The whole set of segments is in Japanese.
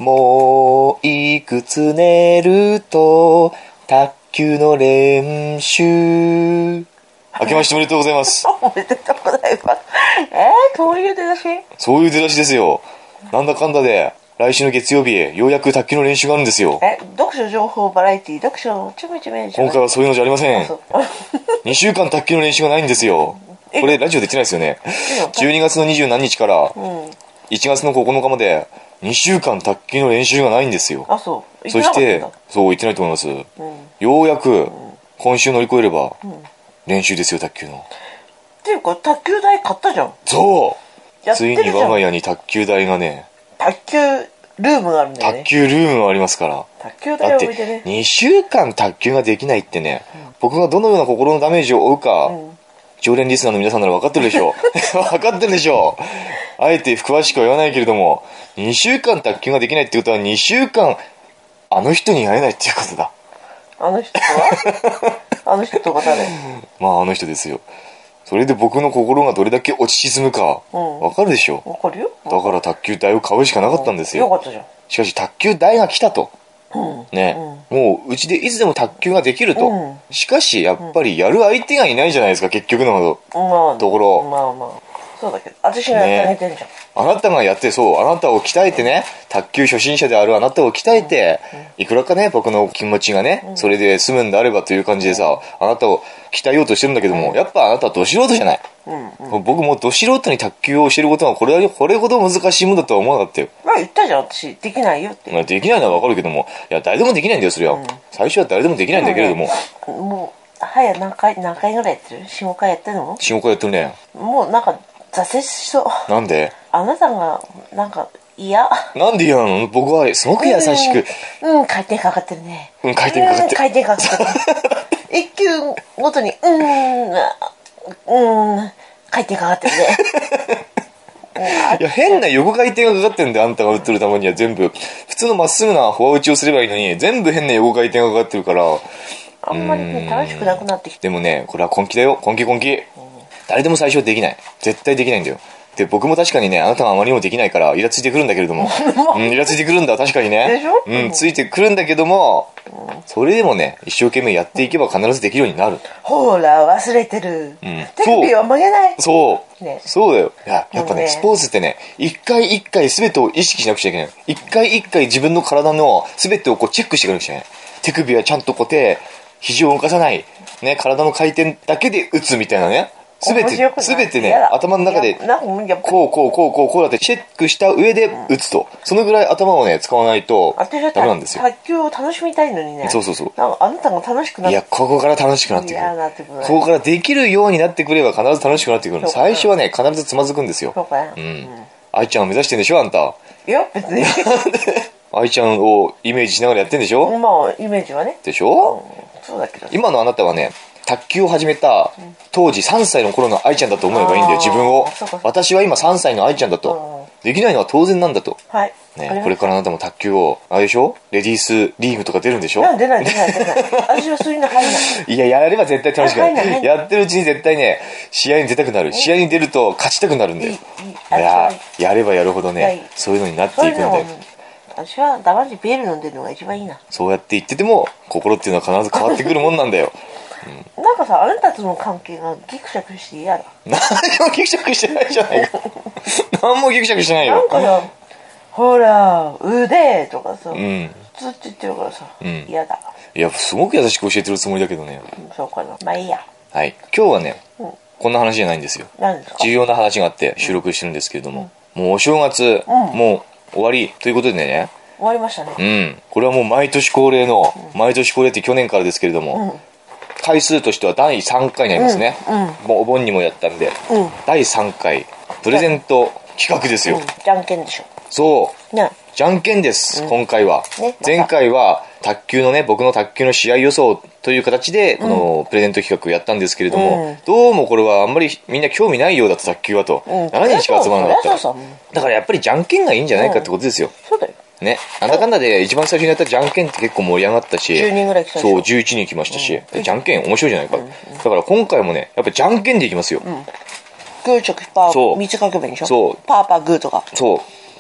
もういくつ寝ると卓球の練習。明けましておめでとうございます。 おめでとうございます。そういう出だし？ そういう出だしですよ。なんだかんだで来週の月曜日ようやく卓球の練習があるんですよ。 読書情報バラエティ、読書ちょめちょめ。 今回はそういうのじゃありません。2週間卓球の練習がないんですよ。これラジオで言ってないですよね。12月の20何日から1月の9日まで2週間卓球の練習がないんですよ。 そう。 そしてそう言ってないと思います。ようやく今週乗り越えれば練習ですよ、卓球の。 っていうか卓球台買ったじゃん。 そうついに我が家に卓球台がね、 卓球ルームがあるんだよね。 卓球ルームがありますから。 卓球台を置いてね。 だって2週間卓球ができないってね、僕がどのような心のダメージを負うか、常連リスナーの皆さんなら分かってるでしょう。分かってるでしょう。あえて詳しくは言わないけれども、2週間卓球ができないってことは2週間あの人に会えないっていうことだ。 あの人はあの人とか誰？ まああの人ですよ。それで僕の心がどれだけ落ち沈むか分かるでしょ。 分かるよ。 だから卓球台を買うしかなかったんですよ。 よかったじゃん。 しかし卓球台が来たと、ね、もううちでいつでも卓球ができると、しかしやっぱりやる相手がいないじゃないですか、結局のところ。 まあそうだけど私がやってあげてんじゃん、 あなたがやって、そうあなたを鍛えてね、卓球初心者であるあなたを鍛えて、いくらかね僕の気持ちがね、それで済むんであればという感じでさ、あなたを鍛えようとしてるんだけども、やっぱあなたはど素人じゃない、僕もど素人に卓球を教えることがこれほど難しいもんだとは思わなかったよ。 言ったじゃん、私できないよって。 できないのは分かるけども、いや誰でもできないんだよそれは、最初は誰でもできないんだけれども、 もう早何回ぐらいやってる？ 4,5 回やってるの？ 4,5 回やってるね。 もうなんか挫折しそう。 なんで？ あなたがなんか嫌。 なんで嫌なの？僕はすごく優しく。 回転かかってるね。 回転かかってる。 回転かかってる。一球ごとに回転かかってるね。 いや変な横回転がかかってるんで、あんたが打ってる球には全部普通のまっすぐなフォア打ちをすればいいのに全部変な横回転がかかってるから、 あんまりね楽しくなくなってきて。 でもねこれは根気だよ、根気、誰でも最初はできない、絶対できないんだよ。で僕も確かにね、あなたがあまりにもできないからイラついてくるんだけれどもイラついてくるんだ確かにね。 でしょ？ ついてくるんだけども、それでもね一生懸命やっていけば必ずできるようになる。 ほら忘れてる、手首を曲げない。 そうだよ。やっぱねスポーツってね、一回一回全てを意識しなくちゃいけない。一回一回自分の体の全てをこうチェックしていかなくちゃいけない。手首はちゃんと固定、肘を動かさないね、体の回転だけで打つみたいなね、全てね頭の中でこうだってチェックした上で打つと、そのぐらい頭をね使わないとダメなんですよ。 卓球を楽しみたいのにね。そうなんかあなたが楽しくなって、 いやここから楽しくなってくる。ここからできるようになってくれば必ず楽しくなってくる。最初はね必ずつまずくんですよ。愛ちゃんを目指してんでしょあんた。 いや別に愛ちゃんをイメージしながらやってんでしょ。 まあイメージはね。 でしょ、 そうだけど今のあなたはね卓球を始めた当時3歳の頃の愛ちゃんだと思えばいいんだよ、自分を。私は今3歳の愛ちゃんだと、できないのは当然なんだと、ね、これからあなたも卓球をあれでしょ、レディースリーグとか出るんでしょ。 出ない私はそういうの入んない。 いややれば絶対楽しくなる。やってるうちに絶対ね試合に出たくなる。試合に出ると勝ちたくなるんだよ。やればやるほどねそういうのになっていくんだよ。 私は黙ってビール飲んでるのが一番いいな。 そうやって言ってても心っていうのは必ず変わってくるもんなんだよ。 なんかさ、あなたとの関係がギクシャクして嫌だ。 何もギクシャクしてないじゃないか。何もギクシャクしてないよ。 なんかさ、ほら腕とかさ、ずっと言ってるからさ、嫌だ。 いやすごく優しく教えてるつもりだけどね。 そうかな、まあいいや。 はい、今日はね、こんな話じゃないんですよ。 何ですか？ 重要な話があって収録してるんですけれども、もうお正月、もう終わりということでね。 終わりましたね。 これはもう毎年恒例の、毎年恒例って去年からですけれども、回数としては第3回になりますね。もうお盆にもやったんで、第3回プレゼント企画ですよ。 じゃんけんでしょ。 そうね、じゃんけんです、今回は、前回は卓球のね、僕の卓球の試合予想という形でこのプレゼント企画をやったんですけれども、どうもこれはあんまりみんな興味ないようだった卓球はと、7人しか集まらなかった。だからやっぱりじゃんけんがいいんじゃないかってことですよ。 そうだよね、なんだかんだで一番最初にやったじゃんけんって結構盛り上がったし、 10人ぐらい来たし、 そう11人来ましたし、じゃんけん面白いじゃないか、だから今回もねやっぱじゃんけんでいきますよ。 グーチョキパー3つ書けばいいんでしょ。 そうパーパーグーとか。 そう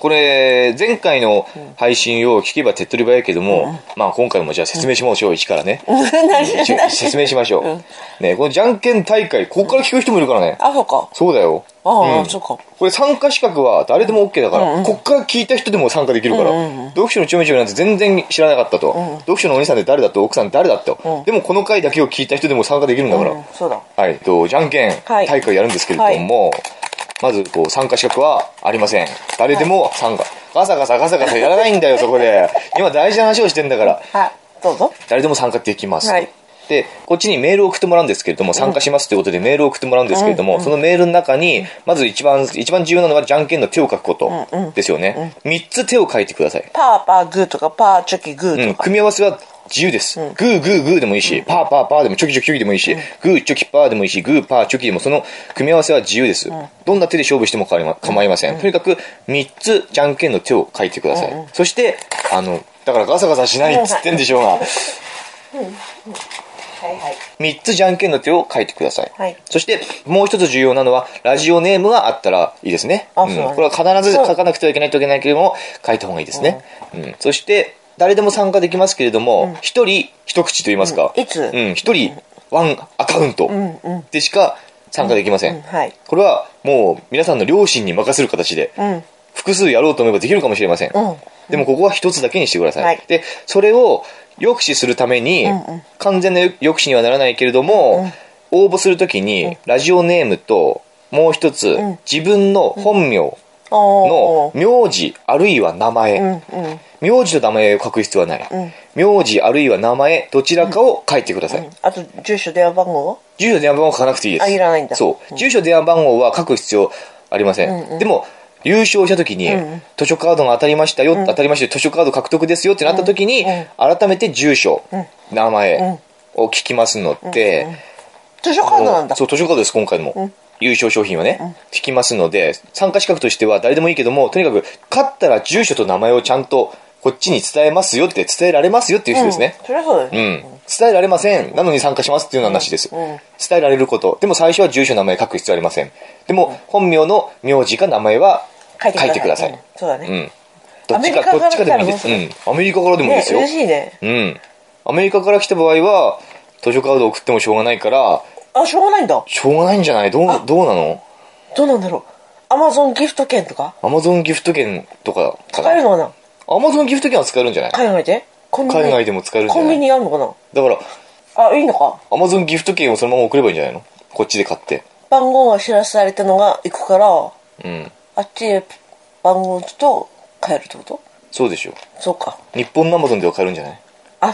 これ前回の配信を聞けば手っ取り早いけども、まあ今回もじゃあ説明しましょう、一からね。説明しましょう。ね、このじゃんけん大会、ここから聞く人もいるからね。 あ、そうか。 そうだよ。 そうか。 これ参加資格は誰でも OK だから、こっから聞いた人でも参加できるから、読書のちょめちょめなんて全然知らなかったと。読書のお兄さんって誰だと、奥さん誰だと。でもこの回だけを聞いた人でも参加できるんだから。 そうだ。 はい、じゃんけん大会やるんですけれども、まず参加資格はありません。誰でも参加。ガサガサやらないんだよ、そこで。今大事な話をしてんだから。 はい、どうぞ。 誰でも参加できます。 はい。 で、こっちにメールを送ってもらうんですけれども、参加しますということでメールを送ってもらうんですけれども、そのメールの中に、まず一番重要なのはじゃんけんの手を書くことですよね。3つ手を書いてください。 パーパーグーとか、パーチョキグーとか。 組み合わせは自由です。グーグーグーでもいいし、パーパーパーでもチョキチョキチョキでもいいし、グーチョキパーでもいいし、グーパーチョキでもその組み合わせは自由です。どんな手で勝負しても構いません。とにかく3つじゃんけんの手を書いてください。そして、だからガサガサしないっつってんでしょうが。3つじゃんけんの手を書いてください。 はい、 そしてもう一つ重要なのはラジオネームがあったらいいですね。これは必ず書かなくてはいけないといけないけれども書いた方がいいですね。そして誰でも参加できますけれども、一人一口と言いますか、一人ワンアカウントでしか参加できません。これはもう皆さんの良心に任せる形で、複数やろうと思えばできるかもしれません。でもここは一つだけにしてください。で、それを抑止するために、完全な抑止にはならないけれども、応募するときにラジオネームともう一つ、自分の本名の名字あるいは名前、名字と名前を書く必要はない、名字あるいは名前どちらかを書いてください。 あと住所電話番号？ 住所電話番号書かなくていいです。 いらないんだ。 そう、住所電話番号は書く必要ありません。でも優勝した時に、図書カードが当たりましたよ、当たりましたよ、図書カード獲得ですよってなった時に、改めて住所、名前を聞きますので、 図書カードなんだ。 そう、図書カードです。今回も、優勝商品はね、聞きますので、参加資格としては誰でもいいけども、とにかく勝ったら住所と名前をちゃんとこっちに伝えますよって伝えられますよっていう人ですね。 それはそうです。 伝えられません。なのに参加しますっていうのはなしです。伝えられること。でも最初は住所名前書く必要ありません。でも本名の名字か名前は書いてください。 そうだね。 どっちかでもいいです。アメリカからでもいいですよ。 嬉しいね。 アメリカから来た場合は図書カード送ってもしょうがないから。 しょうがないんだ。 しょうがないんじゃない？どうなの？ どうなんだろう。アマゾンギフト券とか？ アマゾンギフト券とか使えるのかな？ アマゾンギフト券は使えるんじゃない？ 海外で？ 海外でも使えるんじゃない？ コンビニあるのかな？ だからいいのか。 アマゾンギフト券をそのまま送ればいいんじゃないの？こっちで買って番号が知らされたのが行くから、あっちで番号と買えるってこと？そうでしょ。 そうか。 日本のアマゾンでは買えるんじゃない？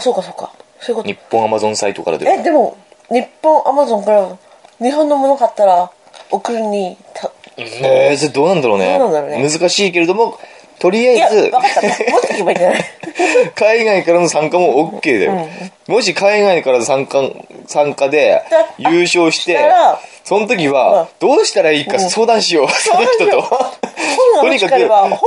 そうかそういうこと。 日本アマゾンサイトからでは。 でも日本アマゾンから日本のもの買ったら送るにそれどうなんだろうね。難しいけれども、とりあえず分かった持ってけばいいんじゃない？ 海外からの参加も OK だよ。もし海外からの参加で優勝してその時はどうしたらいいか相談しよう、その人と。とにかく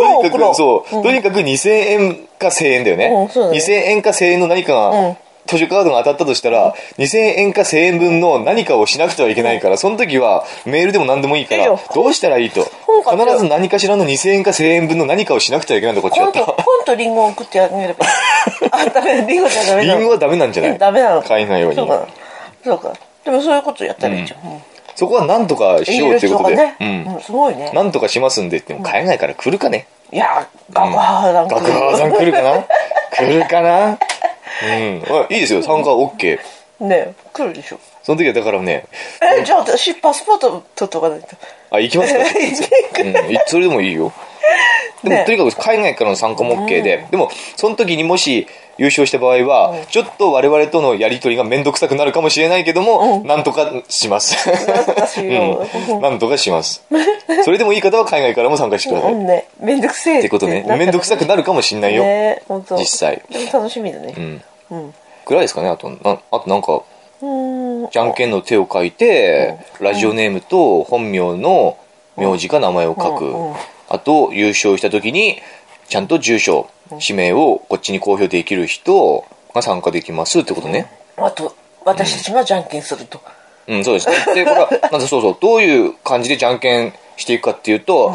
2000円か1000円だよね。2000円か1000円の何かが図書カードが当たったとしたら2000円か1000円分の何かをしなくてはいけないから、その時はメールでも何でもいいからどうしたらいいと、必ず何かしらの2000円か1000円分の何かをしなくてはいけないんだ。こっちだったら本とリンゴを送ってあげればダメ、リンゴじゃダメなの？ リンゴはダメなんじゃない？ ダメなの？ 海外はそうか。でもそういうことやったらいいじゃん。 そこは何とかしようっていうことで、 すごいね。 何とかしますんでって。海外から来るかね？ いや、学派さん来るかな？来るかな？いいですよ、参加 OK ね。来るでしょ。 その時はだからね、 じゃあ私パスポート取っとかないと。 行きますか？それでもいいよ。でもとにかく海外からの参加も OK で、でもその時にもし優勝した場合はちょっと我々とのやり取りが面倒くさくなるかもしれないけども、なんとかします。なんとかします。それでもいい方は海外からも参加してください。 面倒くせえってことね。面倒くさくなるかもしれないよ、実際。 でも楽しみだね。 ぐらいですかね。あとなんかじゃんけんの手を書いて、ラジオネームと本名の名字か名前を書く。あと優勝した時にちゃんと住所、氏名をこっちに公表できる人が参加できますってことね。 あと私たちがじゃんけんすると。 そうですね。でこれはどういう感じでじゃんけんしていくかっていうと、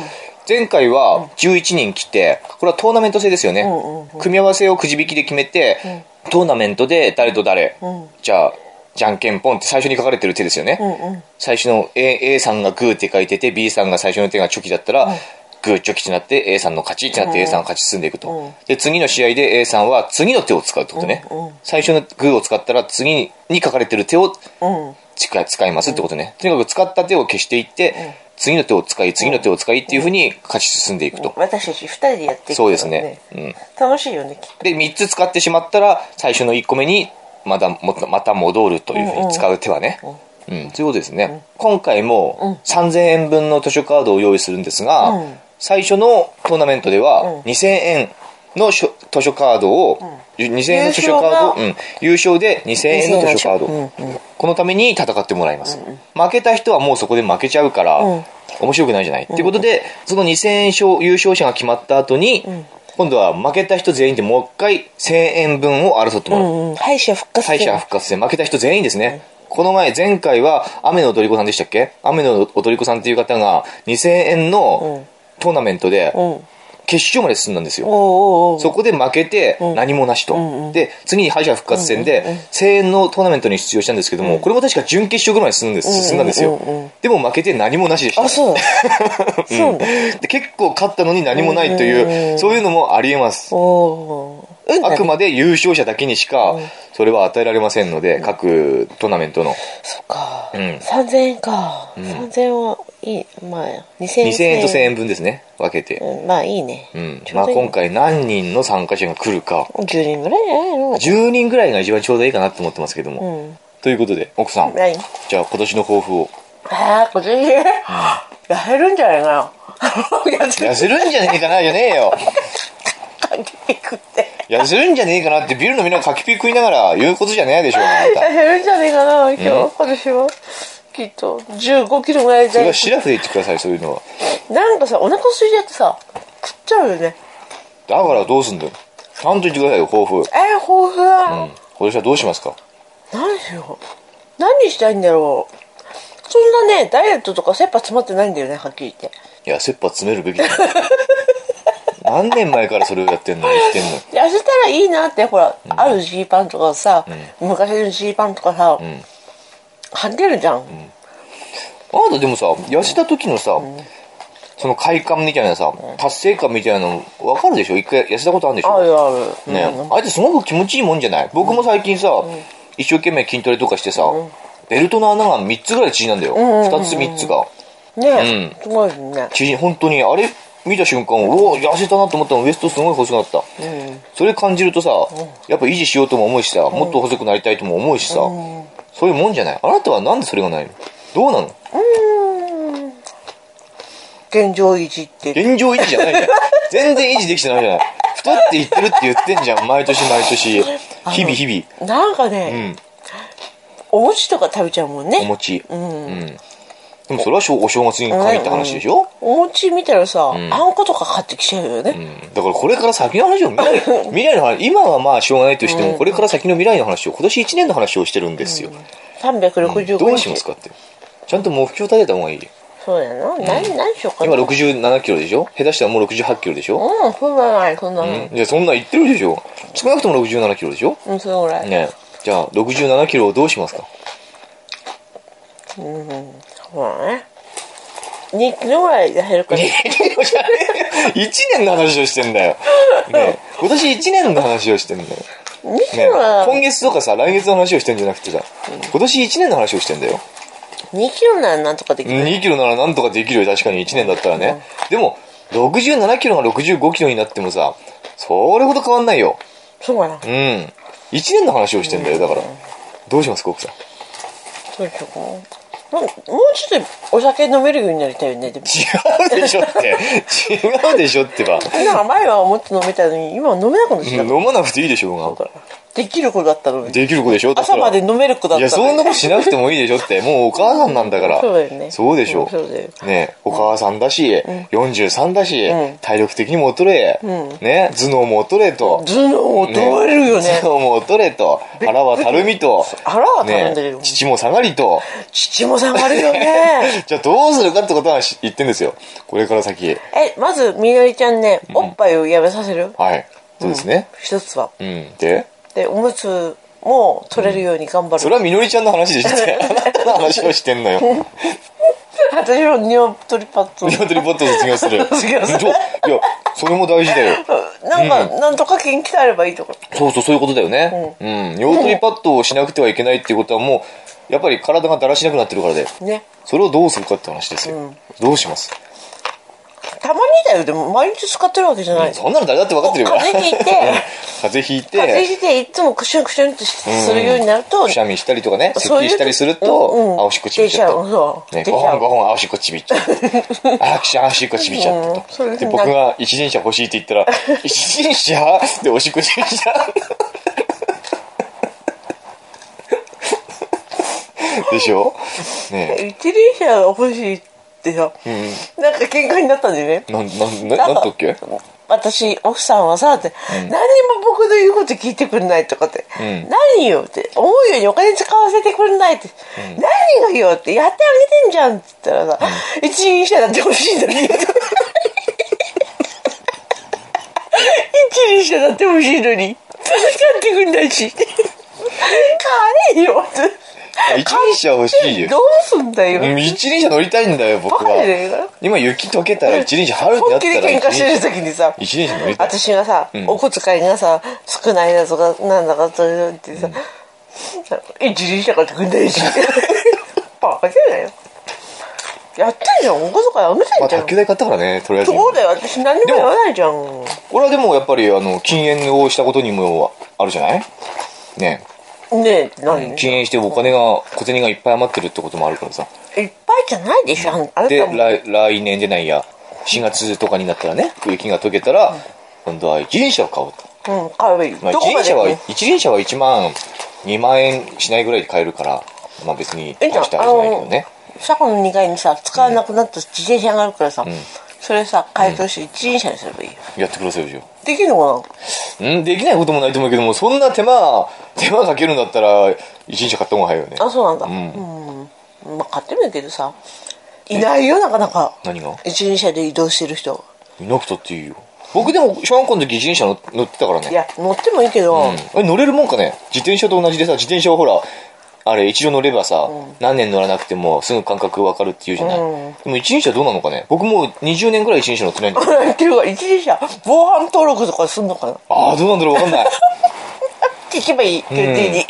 前回は11人来て、これはトーナメント制ですよね。組み合わせをくじ引きで決めて、トーナメントで誰と誰、じゃあ、じゃんけんポンって最初に書かれてる手ですよね。最初の A さんがグーって書いてて、B さんが最初の手がチョキだったら、グーチョキってなって A さんの勝ちってなって A さんが勝ち進んでいくと。で、次の試合で A さんは次の手を使うってことね。最初のグーを使ったら次に書かれてる手を使いますってことね。とにかく使った手を消していって、次の手を使い、次の手を使いっていう風に勝ち進んでいくと。 私たち2人でやっていくからね。 そうですね。 楽しいよね、きっと。 で、3つ使ってしまったら、最初の1個目にまた戻るという風に使う手はね。そういうことですね。今回も3000円分の図書カードを用意するんですが、最初のトーナメントでは2000円の図書カードを、2000円の図書カード、優勝で2000円の図書カード、このために戦ってもらいます。負けた人はもうそこで負けちゃうから、面白くないじゃない。っていうことで、その2000円優勝者が決まった後に、今度は負けた人全員でもう一回1000円分を争ってもらう。 敗者復活戦。 敗者復活戦。負けた人全員ですね。この前回は雨の踊り子さんでしたっけ？雨の踊り子さんっていう方が2000円のトーナメントで決勝まで進んだんですよ。そこで負けて何もなしと。で、次に敗者復活戦で1000円のトーナメントに出場したんですけども、これも確か準決勝ぐらいまで進んだんですよ。でも負けて何もなしでした。 あ、そうだ。そうで結構勝ったのに何もないという、そういうのもありえます。あくまで優勝者だけにしかそれは与えられませんので、各トーナメントの。 そっか。3000円か。3000円はいい。まあ、2000 円と1000円分ですね。分けて。 まあいいね。 まあ今回何人の参加者が来るか。 10人ぐらいじゃないの？ 10 人ぐらいが一番ちょうどいいかなと思ってますけども。ということで、奥さん。じゃあ今年の抱負を。 今年痩せるんじゃないかな。 痩せるんじゃねえかなじゃねえよ。痩せるんじゃねえかなってビールのみんなが柿ピー食いながら言うことじゃねえでしょうが。 痩せるんじゃねえかな今年は。きっと15キロぐらいで。 それはシラフで言ってください、そういうのは。 なんかさ、お腹空いちゃってさ、食っちゃうよね。 だからどうすんだよ。ちゃんと言ってくださいよ、抱負。 抱負は、 今年はどうしますか？ 何しよう。何したいんだろう。そんなね、ダイエットとか切羽詰まってないんだよね、はっきり言って。 いや、切羽詰めるべきだ。何年前からそれをやってんの？言ってんの？ 痩せたらいいなって、ほら、あるジーパンとかさ、昔のジーパンとかさ、履けるじゃん。 あなたでもさ、痩せた時のさ、その快感みたいなさ、達成感みたいなの分かるでしょ？一回痩せたことあるんでしょ？ あるある。 ね、あれってすごく気持ちいいもんじゃない？僕も最近さ、一生懸命筋トレとかしてさ、ベルトの穴が3つぐらい縮んだんだよ。2つ3つが。 ねえ、すごいですね。 本当に、あれ見た瞬間、おお、痩せたなと思ったの。ウエストすごい細くなった。それ感じるとさ、やっぱ維持しようとも思うしさ、もっと細くなりたいとも思うしさ、そういうもんじゃない？あなたはなんでそれがないの？どうなの？ 現状維持って。 現状維持じゃないじゃん。全然維持できてないじゃない。太っていってるって言ってんじゃん。毎年毎年。日々。 なんかね、お餅とか食べちゃうもんね。 お餅。でもそれはお正月に限った話でしょ？ お餅見たらさ、あんことか買ってきちゃうよね。 だからこれから先の話を未来の話、今はまあしょうがないとしても、これから先の未来の話を、今年1年の話をしてるんですよ。 365日。 どうしますかって。ちゃんと目標立てた方がいい。 そうやな。何しようかな。 今67キロでしょ？下手したらもう68キロでしょ？ そんなない、そんなない。 じゃあそんなん言ってるでしょ？少なくとも67キロでしょ？ そのぐらい。 ね。じゃあ67キロをどうしますか？ そうだね。2キロぐらい痩せるから。2キロじゃねえ。1年の話をしてんだよ。ね。今年1年の話をしてんだよ。 2キロは、 今月とかさ、来月の話をしてんじゃなくてさ、今年1年の話をしてんだよ。 2キロならなんとかできる。 2キロならなんとかできるよ、確かに1年だったらね。でも、67キロが65キロになってもさ、それほど変わんないよ。 そうかな。 1年の話をしてんだよ、だから。どうしますか、奥さん。 どうしようかな。もうちょっとお酒飲めるようになりたいよね。でも違うでしょって違うでしょってば。 なんか前はもっと飲めたのに今は飲めなくなっちゃった。 飲まなくていいでしょうが。 できる子だったのに。 できる子でしょ。だったら朝まで飲める子だったのに。 いや、そんなことしなくてもいいでしょって。もうお母さんなんだから。 そうだよね。 そうでしょ。 そうだよ。 ね、お母さんだし、43だし、体力的にも衰え、ね、頭脳も衰えと。 頭脳も衰えるよね。 頭脳も衰えと、腹はたるみと、 腹はたるんだけど。 父も下がりと。 父も下がるよね。 じゃあどうするかってことは言ってんですよ。これから先。 まず、みのりちゃんね、おっぱいをやめさせる。 はい。そうですね。 一つは。 で、 おむつも取れるように頑張る。 それはみのりちゃんの話でしょって。あなたの話をしてんのよ。 私もニワトリパッド。 ニワトリパッドを卒業する。 卒業する。 いや、それも大事だよ。 なんとか元気であればいいとか。 そういうことだよね。ニワトリパッドをしなくてはいけないっていうことはもう、やっぱり体がだらしなくなってるからで。ね。それをどうするかって話ですよ。どうします？ たまにだよ。でも毎日使ってるわけじゃない。 そんなの誰だって分かってるよ。 風邪ひいて、 風邪ひいて、 いつもクシュンクシュンってするようになると、 くしゃみしたりとかね、咳したりすると、おしっこちびっちゃった。5本おしっこちびっちゃった。おしっこちびっちゃったと。で、僕が一輪車欲しいって言ったら、一輪車でおしっこちびっちゃう。でしょね。 一輪車が欲しいってさ、なんか喧嘩になったんだよね。 なんだっけ？ 私、奥さんはさ、って、何にも僕の言うこと聞いてくれないとかって、何よって、思うようにお金使わせてくれないって、何がよって、やってあげてんじゃんって言ったらさ、一輪車だって欲しいのに。一輪車だって欲しいのに、使ってくんないし。買えよって。 一輪車欲しいよ。 どうすんだよ。 一輪車乗りたいんだよ、僕は。今雪溶けたら一輪車春になったら。 本気で喧嘩してる時にさ、 一輪車乗りたい。 私がさ、お小遣いがさ、少ないだとか、なんだかと言ってさ、一輪車買ってくんないし。バカじゃないよ。やってんじゃん、お小遣いあげてんじゃん。 卓球台買ったからね、とりあえず。 そうだよ、私何にも言わないじゃん。 これはでもやっぱり、禁煙をしたことにもあるじゃないね。 ねえ、何？ 禁煙してお金が、小銭がいっぱい余ってるってこともあるからさ。 いっぱいじゃないでしょ、あなたも。 で、来年でないや、4月とかになったらね、雪が溶けたら、今度は一輪車を買おうと。 買えばいい。 一輪車は1万、2万円しないぐらいで買えるから、まあ別に大したあれじゃないけどね。 車庫の2階にさ、使わなくなった自転車があるからさ、それさ、改造して一輪車にすればいいよ。 やってくださいよ。 できるのかな？できないこともないと思うけども、そんな手間かけるんだったら、一輪車買った方が早いよね。 あ、そうなんだ。まあ買ってみるけどさ、いないよ、なかなか。 何が？ 一輪車で移動してる人。 いなくたっていいよ。僕でも小学校の時一輪車乗ってたからね。 いや、乗ってもいいけど。 乗れるもんかね？自転車と同じでさ、自転車はほら、あれ一度乗ればさ、何年乗らなくてもすぐ感覚わかるって言うじゃない。でも一輪車どうなのかね？僕もう20年ぐらい一輪車乗ってないんだけど。 っていうか、一輪車、防犯登録とかすんのかな？ ああ、どうなんだろう、わかんない。 聞けばいい、QT に。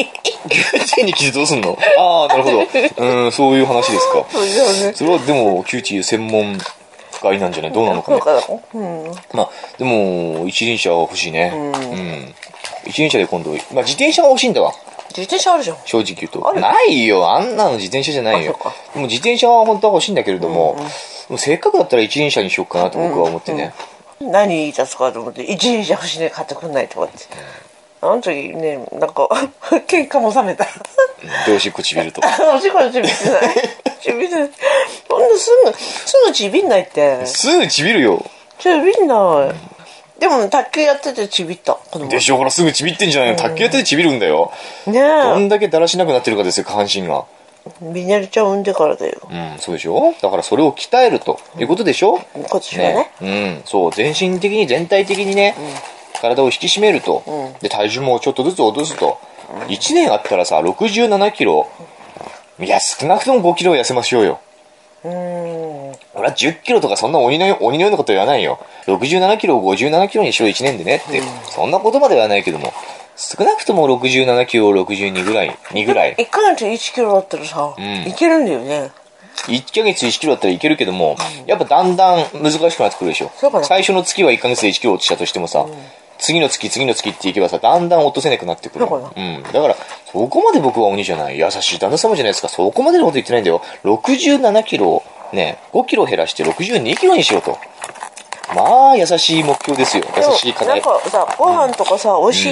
QT に聞いてどうすんの？ああ、なるほど。そういう話ですか。 そうですよね。 それはでも、QT 専門外なんじゃない？どうなのかね。まあ、でも、一輪車は欲しいね。一輪車で今度、まあ自転車が欲しいんだわ。 自転車あるじゃん。 正直言うと。ないよ。あんなの自転車じゃないよ。でも自転車は本当は欲しいんだけれども、せっかくだったら一輪車にしようかなと僕は思ってね。 何言い出すかと思って、一輪車欲しいね、買ってくんないとかって。あの時ね、なんか、喧嘩も冷めた。 で、おしっこちびると。 おしっこちびってない。ちびってない。ほんとすぐちびんないって。 すぐちびるよ。 ちびんない。でも卓球やっててちびった。 でしょ、ほらすぐちびってんじゃないの。卓球やっててちびるんだよ。 ねえ。 どんだけだらしなくなってるかですよ、下半身が。 みなりちゃん産んでからだよ。 そうでしょ。だからそれを鍛えるということでしょ。 今年はね。 そう、全身的に全体的にね、体を引き締めると。で、体重もちょっとずつ落とすと。1年あったらさ、67キロ。いや、少なくとも5キロ痩せましょうよ。俺は10キロとかそんな鬼のようなこと言わないよ。67キロを57キロにしろ1年でねって、そんなことまでは言わないけども、少なくとも67キロ、62ぐらい、2ぐらい。 1ヶ月1キロだったらさ、いけるんだよね。 1ヶ月1キロだったらいけるけども、やっぱだんだん難しくなってくるでしょ。最初の月は1ヶ月で1キロ落ちたとしてもさ、次の月っていけばさ、だんだん落とせなくなってくる。だから、そこまで僕は鬼じゃない。優しい旦那様じゃないですか。そこまでのこと言ってないんだよ。67キロ、ね、5キロ減らして62キロにしようと。まあ、優しい目標ですよ。優しい課題。 なんかさ、ご飯とかさ、美味しいって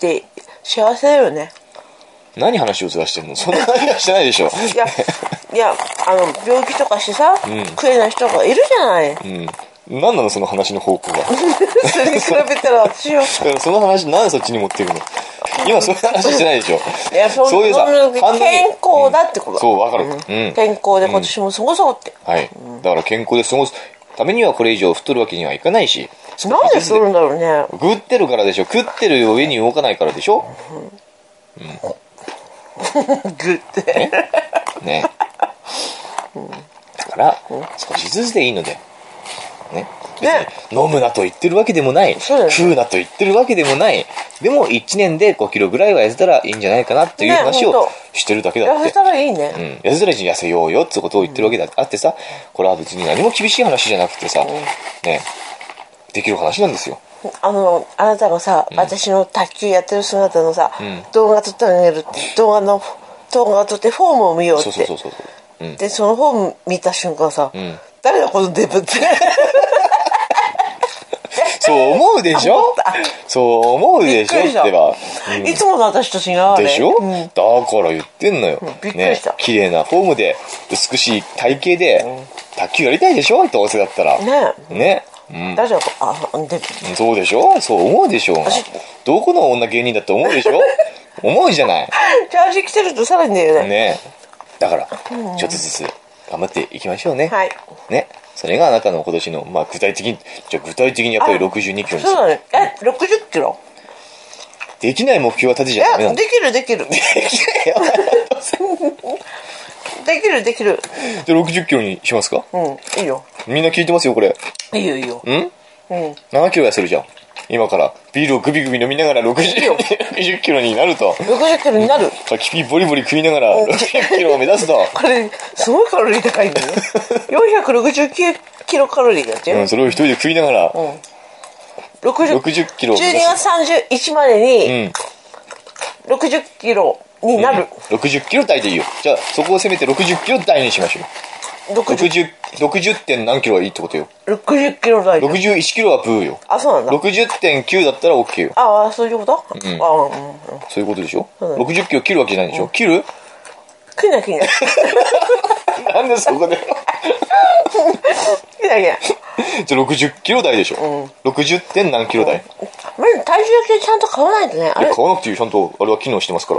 て幸せだよね。 何話をずらしてんの？そんな話はしてないでしょ。 いや病気とかしてさ、食えない人がいるじゃない。 何なのその話の方向が。 それに比べたら私はその話なんでそっちに持っていくの？今そういう話してないでしょ。 いやそういうさ健康だってこと、 そうわかる、 健康で今年も過ごそうって、 はい、だから健康で過ごすためにはこれ以上太るわけにはいかないし。 なんで太るんだろうね。 食ってるからでしょ。食ってる上に動かないからでしょ。 グってね。だから少しずつでいいのでね。別に飲むなと言ってるわけでもない、食うなと言ってるわけでもない。でも1年で5キロぐらいは痩せたらいいんじゃないかなっていう話をしてるだけだって。 痩せたらいいね。 痩せたら痩せようよってことを言ってるわけだってさ、これは別に何も厳しい話じゃなくてさ、ね、できる話なんですよ。 あなたがさ、私の卓球やってる姿のさ、動画撮ってあげるって、動画撮ってフォームを見ようって。そうでそのフォーム見た瞬間さ、誰だこのデブってそう思うでしょ。そう思うでしょってば、 いつもの私と違うね。 でしょ、だから言ってんのよ。 びっくりした。 綺麗なフォームで美しい体型で卓球やりたいでしょ、どうせだったらね。 大丈夫。 そうでしょ。そう思うでしょうが。どこの女芸人だって思うでしょ。思うじゃない。 チャージ着てるとさらにだよね。 ね。だからちょっとずつ頑張っていきましょうね。 はい。 ね。それがあなたの今年の具体的にやっぱり62キロにする。 そうだね。60キロ。 できない目標は立てちゃダメなんだ。 できる。できる。 じゃあ60キロにしますか？ いいよ。 みんな聞いてますよこれ。 いいよ。 7キロ痩せるじゃん。今からビールをグビグビ飲みながら60キロになると。 60キロになる。 焚き火ボリボリ食いながら60キロを目指すと。 これすごいカロリー高いんだよ。469キロカロリーだってよ。 それを一人で食いながら60キロ。 12月31までに60キロになる。 60キロ台でいいよ。じゃあそこをせめて60キロ台にしましょう。60点何キロはいいってことよ。 60キロ台。 61キロはブーよ。 あ、そうなんだ。 60.9 だったら OK よ。 ああ、そういうこと？ そういうことでしょ。60キロ切るわけじゃないでしょ。切る？ 切んない。 なんでそこで切んない。 じゃあ60キロ台でしょ。60点何キロ台。 まず体重計ちゃんと買わないとね。 買わなくていい。ちゃんとあれは機能してますから。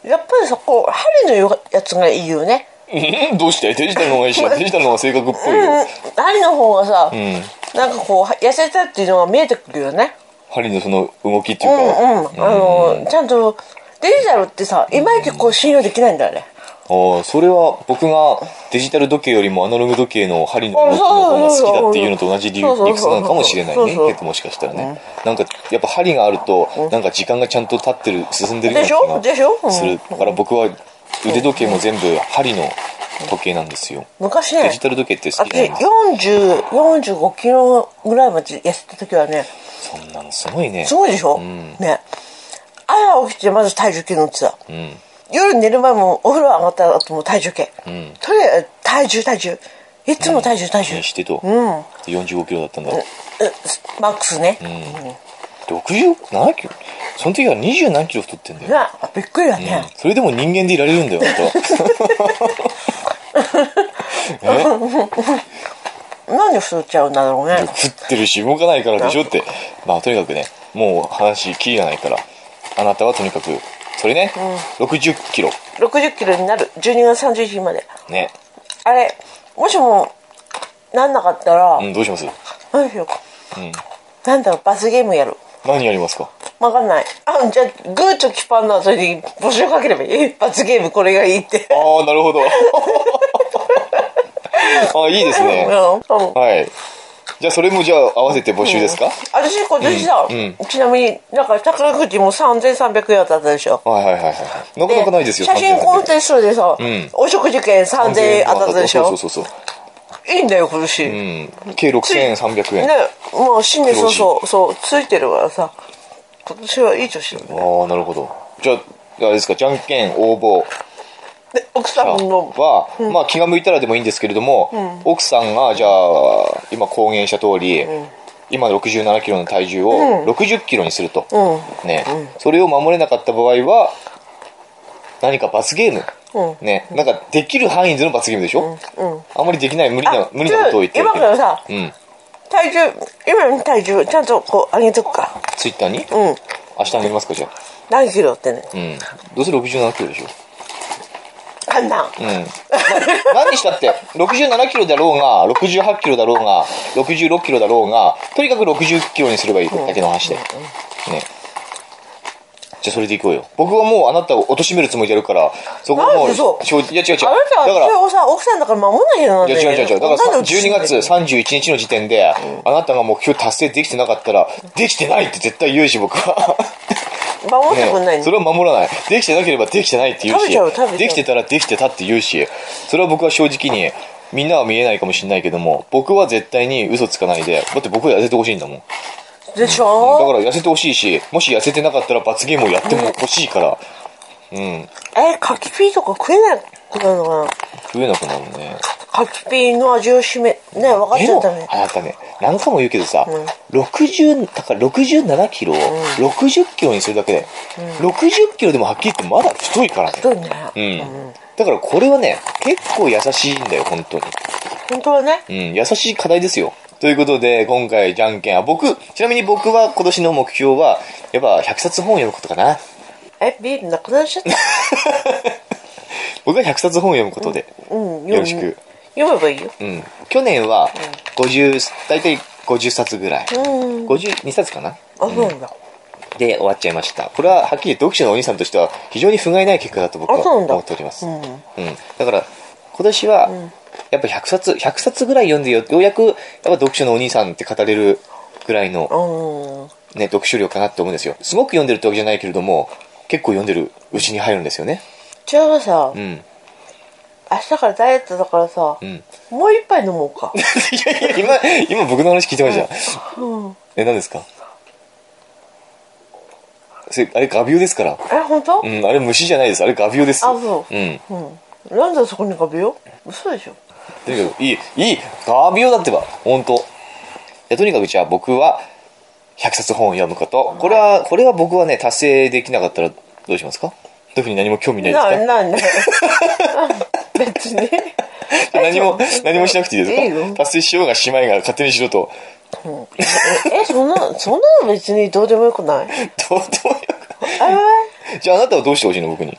やっぱりそこ針のやつがいいよね。 どうしてデジタルの方がいいし、デジタルの方が性格っぽいよ。 針の方がさ、なんかこう痩せたっていうのが見えてくるよね。 針のその動きっていうか、 ちゃんとデジタルってさ、いまいちこう信用できないんだよね。 それは僕がデジタル時計よりもアナログ時計の針の動きの方が好きだっていうのと同じ理屈なのかもしれないね。もしかしたらね、なんかやっぱ針があるとなんか時間がちゃんと経ってる、進んでるような気がする。だから僕は腕時計も全部針の時計なんですよ。 昔ね、 デジタル時計って好きじゃないですか。 45キロぐらいまで痩せた時はね、 そんなのすごいね。 すごいでしょ、ね。朝起きてまず体重計乗ってた、夜寝る前もお風呂上がった後も体重計、とりあえず体重いつも体重してと、45キロだったんだ、 マックスね、 67キロ。その時は20何キロ太ってんだよ。 びっくりだね、 それでも人間でいられるんだよ、 なんで太っちゃうんだろうね。 食ってるし動かないからでしょって。とにかくね、もう話キリがないから、あなたはとにかくそれね、60キロになる。12月31日までね。 あれもしもなんなかったら、 どうします？ 何しよう、なんだろう、罰ゲームやる。 何やりますか？ わかんない。じゃあグーとキパンの後に募集かければいい。罰ゲームこれがいいって。 なるほど。いいですね。はい。じゃあそれもじゃあ合わせて募集ですか？ 私今年さ、ちなみになんか宝くじも3300円当たったでしょ。 なかなかないですよ。 写真コンテストでさ、お食事券3000円当たったでしょ。 そういいんだよ今年、 計6300円ね。もう新年そうついてるからさ、今年はいい年だね。 なるほど。じゃああれですか、じゃんけん応募で奥さんのは、気が向いたらでもいいんですけれども、奥さんがじゃあ今公言した通り、 今の67キロの体重を60キロにすると、ね、それを守れなかった場合は何か罰ゲーム、ね、なんかできる範囲での罰ゲームでしょ、あんまりできない無理なことを言ってる今からさ、今の体重ちゃんとこう上げとくか。 ツイッターに、明日上げますかじゃあ。 何キロってね。 どうせ67キロでしょ。 簡単。 何したって67キロだろうが68キロだろうが66キロだろうがとにかく60キロにすればいいだけの話で、ね。じゃあそれでいこうよ。僕はもうあなたを貶めるつもりでやるから、そこはもう、いや違う。 あなたはそれをさ、奥さんだから守んなきゃなんだよ。 いや違う。だから12月31日の時点で、あなたが目標達成できてなかったら、できてないって絶対言うし、僕は。 守ってくんないの、 それは守らない。できてなければできてないって言うし、できてたらできてたって言うし、それは僕は正直に、みんなは見えないかもしれないけども、僕は絶対に嘘つかないで、だって僕は痩せてほしいんだもん。 でしょ、 だから痩せてほしいし、もし痩せてなかったら罰ゲームをやっても欲しいから。 柿ピーとか食えなくなるのかな。 食えなくなるね。 柿ピーの味を分かっちゃったね。 あなたね、何回も言うけどさ、67キロを60キロにするだけで、60キロでもはっきり言ってまだ太いからね。 太いね。 だからこれはね、結構優しいんだよ、本当に。 本当はね。 優しい課題ですよ。ということで、今回じゃんけんはちなみに僕は今年の目標は、やっぱ100冊本を読むことかな。 ビールなくなっちゃった。 僕は100冊本を読むことで、よろしく。 読めばいいよ。 去年は大体50冊ぐらい。52冊かな。 そうなんだ。 で終わっちゃいました。これははっきり読書のお兄さんとしては非常に不甲斐ない結果だと僕は思っております。だから今年はやっぱ100冊ぐらい読んでようやくやっぱ読書のお兄さんって語れるぐらいの、ね、読書量かなって思うんですよ。すごく読んでるってわけじゃないけれども結構読んでるうちに入るんですよね。 じゃあさ、明日からダイエットだからさ、もう一杯飲もうか。 いや今僕の話聞いてました。何ですか？あれガビオですから。 本当？ あれ虫じゃないです。あれガビオです。 そう。なんでそこにガビオ？嘘でしょ。 とにかくいいガビオだってば本当。とにかくじゃあ僕は100冊本を読むこと。これは僕はね達成できなかったらどうしますか？特に何も興味ないですか？ 別に何もしなくていいですか？達成しようがしまいが勝手にしろと。 そんなの別にどうでもよくない？ どうでもよくじゃああなたはどうしてほしいの？僕に。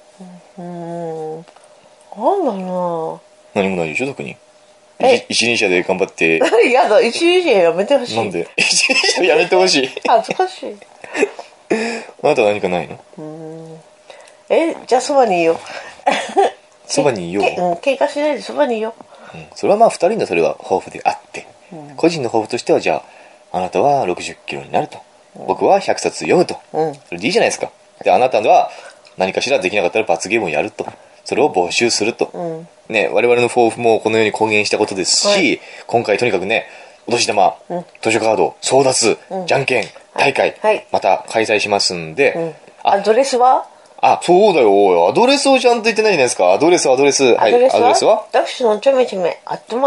なんだろうな。何もないでしょ特に。一輪車で頑張って。 やだ、一輪車やめてほしい。 なんで？一輪車やめてほしい。 恥ずかしい。 あなたは何かないの？ じゃあそばにいよう。 そばにいよう。 喧嘩しないでそばにいよう。それはまあ2人のそれは抱負であって、個人の抱負としてはじゃああなたは60キロになると、僕は100冊読むと、それでいいじゃないですか。であなたは何かしらできなかったら罰ゲームをやると、それを募集すると、ね、我々の抱負もこのように公言したことですし、今回とにかくねお年玉、図書カード争奪、じゃんけん大会、また開催しますんで、 アドレスは？ そうだよ。アドレスをちゃんと言ってないじゃないですか。アドレス。はい。アドレスは読書のちょめちょめ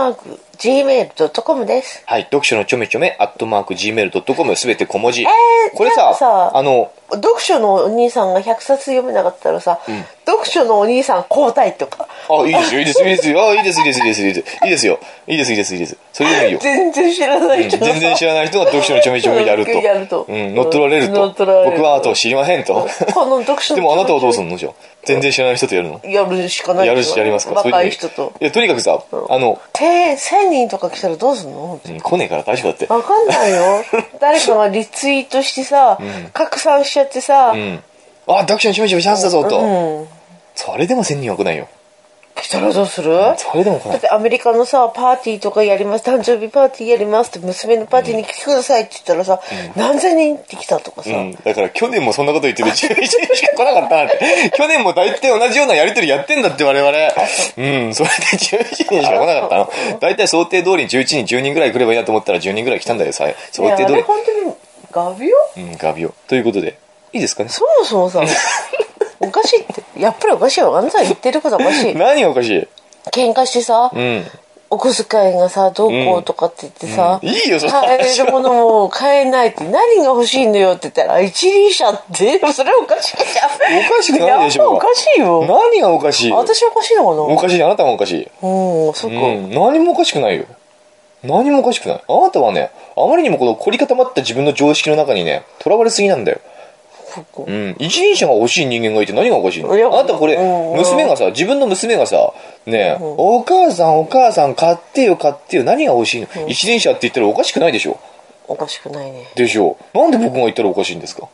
@gmail.com です。 はい。読書のちょめちょめ@gmail.com すべて小文字。これさ、 読書のお兄さんが100冊読めなかったらさ、読書のお兄さん交代とか。 いいですよ。いいですよ。いいですよ。それでもいいよ。 全然知らない人が読書のちょめちょめやると。乗っ取られると。僕はあなたを知りませんと。でもあなたはどうすんの？じゃあ全然知らない人とやるの？ やるしかない。 やりますか？ 若い人と。 いやとにかくさ、 1000人とか来たらどうすんの？ 来ねえから大丈夫だって。 わかんないよ。誰かがリツイートしてさ、拡散しちゃってさ、 読書のちょめちょめチャンスだぞと。それでも1000人は来ないよ。 来たらどうする？ それでも来ない。 だってアメリカのさパーティーとかやります、誕生日パーティーやりますって娘のパーティーに来てくださいって言ったらさ、何千人って来たとかさ、 だから去年もそんなこと言ってて11人しか来なかったなんて。去年も大体同じようなやり取りやってんだって我々。それで11人しか来なかったの。大体想定通りに11人10人ぐらい来ればいいなと思ったら10人ぐらい来たんだよ。想定通り。 あれ本当にガビオ？ ガビオということでいいですかね。 そもそもさおかしいって、やっぱりおかしいわ。あんた言ってることおかしい。 何がおかしい？ 喧嘩してさ、 お小遣いがさどうこうとかって言ってさ、 いいよその買話えるものも買えないって何が欲しいのよって言ったら一輪車ってそれおかしいじゃん。 おかしくないでしょ。 やっぱおかしいよ。 何がおかしいよ。 私おかしいのかな。 おかしい。あなたもおかしい。 そっか。 何もおかしくないよ。何もおかしくない。あなたはね、あまりにもこの凝り固まった自分の常識の中にね、囚われすぎなんだよ。 そっか。 一輪車が欲しい人間がいて何がおかしいの。 いやあなたこれ、娘がさ、自分の娘がさ、ねえ、お母さん買ってよ、何が欲しいの、一輪車って言ったらおかしくないでしょ。 おかしくないね。 でしょ。なんで僕が言ったらおかしいんですか。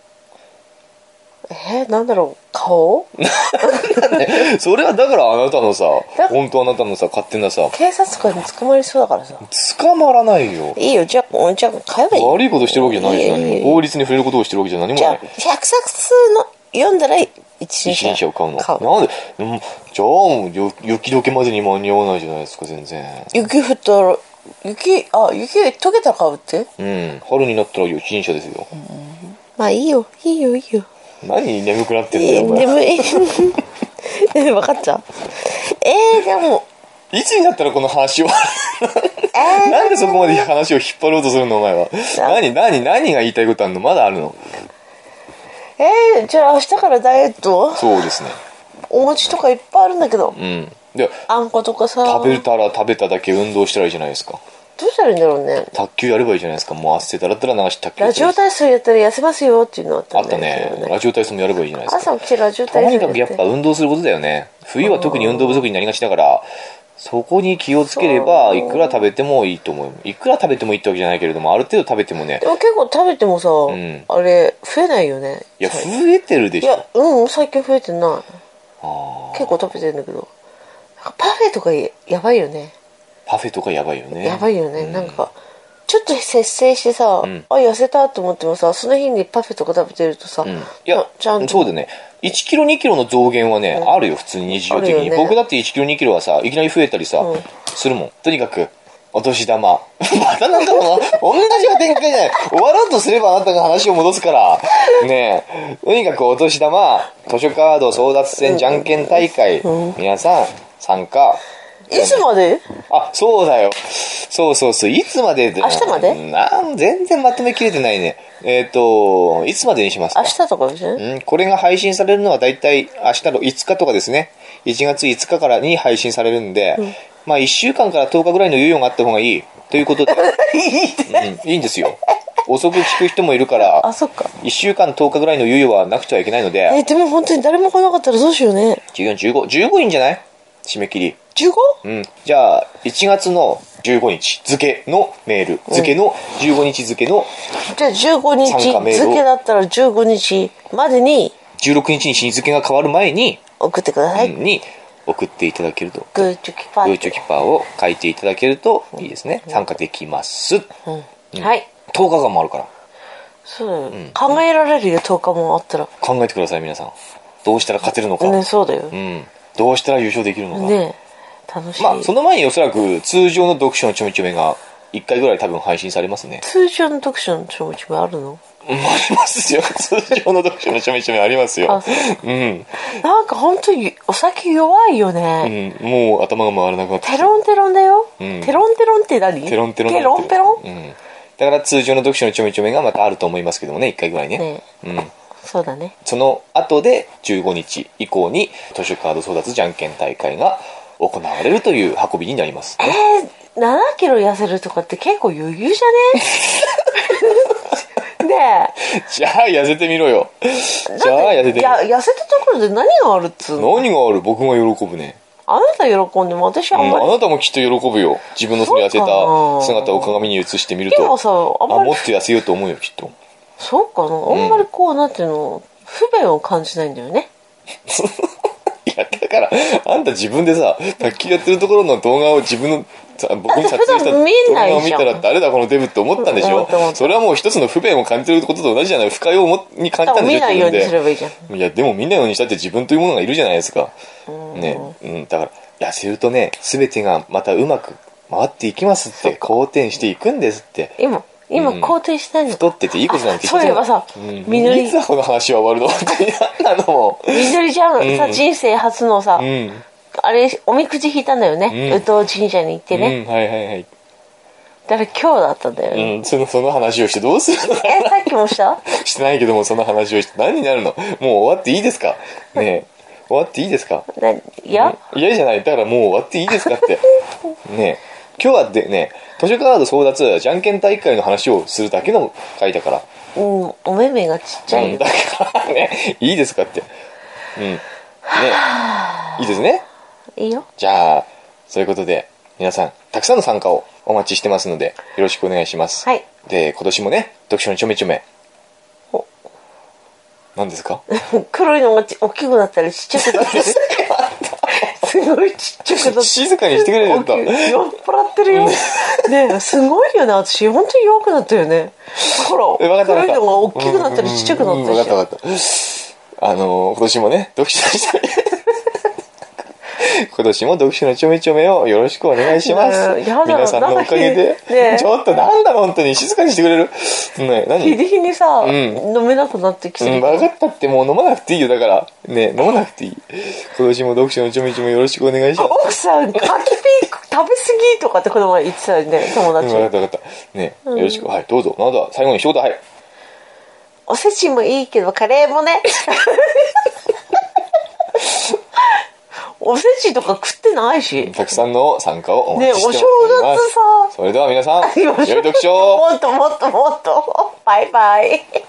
なんだろう、顔それはだからあなたのさ、本当あなたのさ、勝手なさ、 警察官に捕まりそうだからさ。 捕まらないよ。 いいよ、じゃあ買えばいい。 悪いことしてるわけじゃないし、 いい何も。法律に触れることをしてるわけじゃ何もじゃあない。 100冊の読んだら一輪一輪車を買うの。 買う。 なんで、じゃあもう雪解けまでに間に合わないじゃないですか、全然。 雪降ったら雪溶けたら買うって。 春になったら一輪車ですよ。 まあいいよ。 何眠くなってんだよ、お前。 眠い分かった。でもいつになったらこの話をなんでそこまで話を引っ張ろうとするのお前は。何が言いたいことあるの。まだあるの。 じゃあ明日からダイエット。 そうですね。 お餅とかいっぱいあるんだけど、 であんことかさ。 食べたら食べただけ運動したらいいじゃないですか。 どうしたらいいんだろうね。 卓球やればいいじゃないですか。もう汗だらだら流し卓球。 ラジオ体操やったら痩せますよっていうのあったあったね。ラジオ体操もやればいいじゃないですか。 朝起きてラジオと体操にかくやっぱ運動することだよね。冬は特に運動不足になりがちだから、そこに気をつければいくら食べてもいいと思う。いくら食べてもいいってわけじゃないけれども、ある程度食べてもね。 でも結構食べてもさ、あれ増えないよね。 いや増えてるでしょ。 いや最近増えてない。結構食べてるんだけど、パフェとかやばいよね。 パフェとかやばいよね。 やばいよね。なんかちょっと節制してさ、痩せたと思ってもさ、その日にパフェとか食べてるとさ、 いやちゃんとそうだね。1キロ2キロの増減はね、あるよ普通に日常的に、僕だって1キロ2キロはさいきなり増えたりさ、するもん。とにかくお年玉またなんか同じ展開じゃない。終わろうとすればあなたが話を戻すからねえ。とにかくお年玉、図書カード争奪戦じゃんけん大会、皆さん参加。 いつまで？ そうだよ。そういつまで。 明日まで？ 全然まとめきれてないね。いつまでにしますか？ 明日とかですね。 これが配信されるのはだいたい明日の5日とかですね。1月5日からに配信されるんで、まあ1週間から10日ぐらいの猶予があった方がいいということで。いいんですよ。遅く聞く人もいるから、 そっか。 1週間10日ぐらいの猶予はなくてはいけないので。 でも本当に誰も来なかったらどうしようね。 15いいんじゃない？締め切り。 15？ じゃあ1月の15日付のメール付の15日付のじゃあ15日付だったら15日までに 16日に日付が変わる前に送ってください。 に送っていただけると、 グーチョキパーを書いていただけるといいですね。参加できます。はい。10日間もあるから。 そう、考えられるよ。10日もあったら考えてください皆さん。どうしたら勝てるのか。 ね、そうだよ。 どうしたら優勝できるのか。 ね。楽しい。 その前におそらく通常の読書のちょめちょめが1回ぐらい多分配信されますね。 通常の読書のちょめちょめあるの？ ありますよ。通常の読書のちょめちょめありますよ。 なんか本当にお酒弱いよね。 もう頭が回らなくなって。 テロンテロンだよ。テロンテロンって何？ テロンテロン。 ペロンペロン？ だから通常の読書のちょめちょめがまたあると思いますけどもね、1回ぐらいね。 そうだね。 その後で15日以降に図書カード争奪じゃんけん大会が行われるという運びになります、ね。 7キロ痩せるとかって結構余裕じゃね？ねえ。じゃあ痩せてみろよ。痩せてみろ。 痩せたところで何があるっつうの？ 何がある？僕が喜ぶね。 あなた喜んでも私はあんまり、 あなたもきっと喜ぶよ。自分のその痩せた姿を鏡に映してみると。 でもさ、あんまりもっと痩せようと思うよきっと。 そうかな。あんまりなんていうの、不便を感じないんだよね。 いやだからあんた自分でさ卓球やってるところの動画を僕に撮影した動画を見たら誰だこのデブって思ったんでしょ。それはもう一つの不便を感じてることと同じじゃない。不快に感じたんでしょ。 見ないようにすればいいじゃん。 いやでも見ないようにしたって自分というものがいるじゃないですか。だから痩せるとね全てがまたうまく回っていきますって。好転していくんですって。 今好転したいの。 太ってていいことなんてそういえばさ、 みのりいつこの話は終わるの？みのりちゃんさ、人生初のさ、 あれ、おみくじ引いたんだよね。宇東神社に行ってね。 はいはいはい。 だから今日だったんだよね。 その話をしてどうするの？ さっきもしたしてないけども、その話をして何になるの？もう終わっていいですかね？終わっていいですか？ いや嫌じゃない。だからもう終わっていいですかってね。今日はでね、図書カード争奪じゃんけん大会の話をするだけの回だから。 お目目がちっちゃいよ。 だからね、いいですかって。ね、いいですね。 いいよ。 じゃあそういうことで皆さんたくさんの参加をお待ちしてますのでよろしくお願いします。 はい。 で今年もね、読書のちょめちょめ。何ですか？ 黒いのが大きくなったりちっちゃくなったりすごいちっちゃくなった。 静かにしてくれよと。 酔っ払ってるよ。ね、すごいよね。私本当に弱くなったよね。ほら、黒いのが大きくなったりちっちゃくなったり。 分かった分かった。今年もね、読書のちょめ今年も読書のちょめちょめをよろしくお願いします。皆さんのおかげで、 ね、 ちょっとなんだろ本当に静かにしてくれる。ね、何？ 日に日にさ、飲めなくなってきてる。 分かったって、もう飲まなくていいよ。だからね、飲まなくていい。今年も読書のちょめちょめよろしくお願いします。 奥さん、柿ピー食べ過ぎとかってこの前言ってたよね、友達。 分かった分かった。ね、よろしく。はい、どうぞ。なんだ、最後に一言。はい。 おせちもいいけどカレーもね。おせちとか食ってないし。 たくさんの参加をお待ちしております。 ね、お正月さ。 それでは皆さん、良い読書を。 もっともっともっと。バイバイ。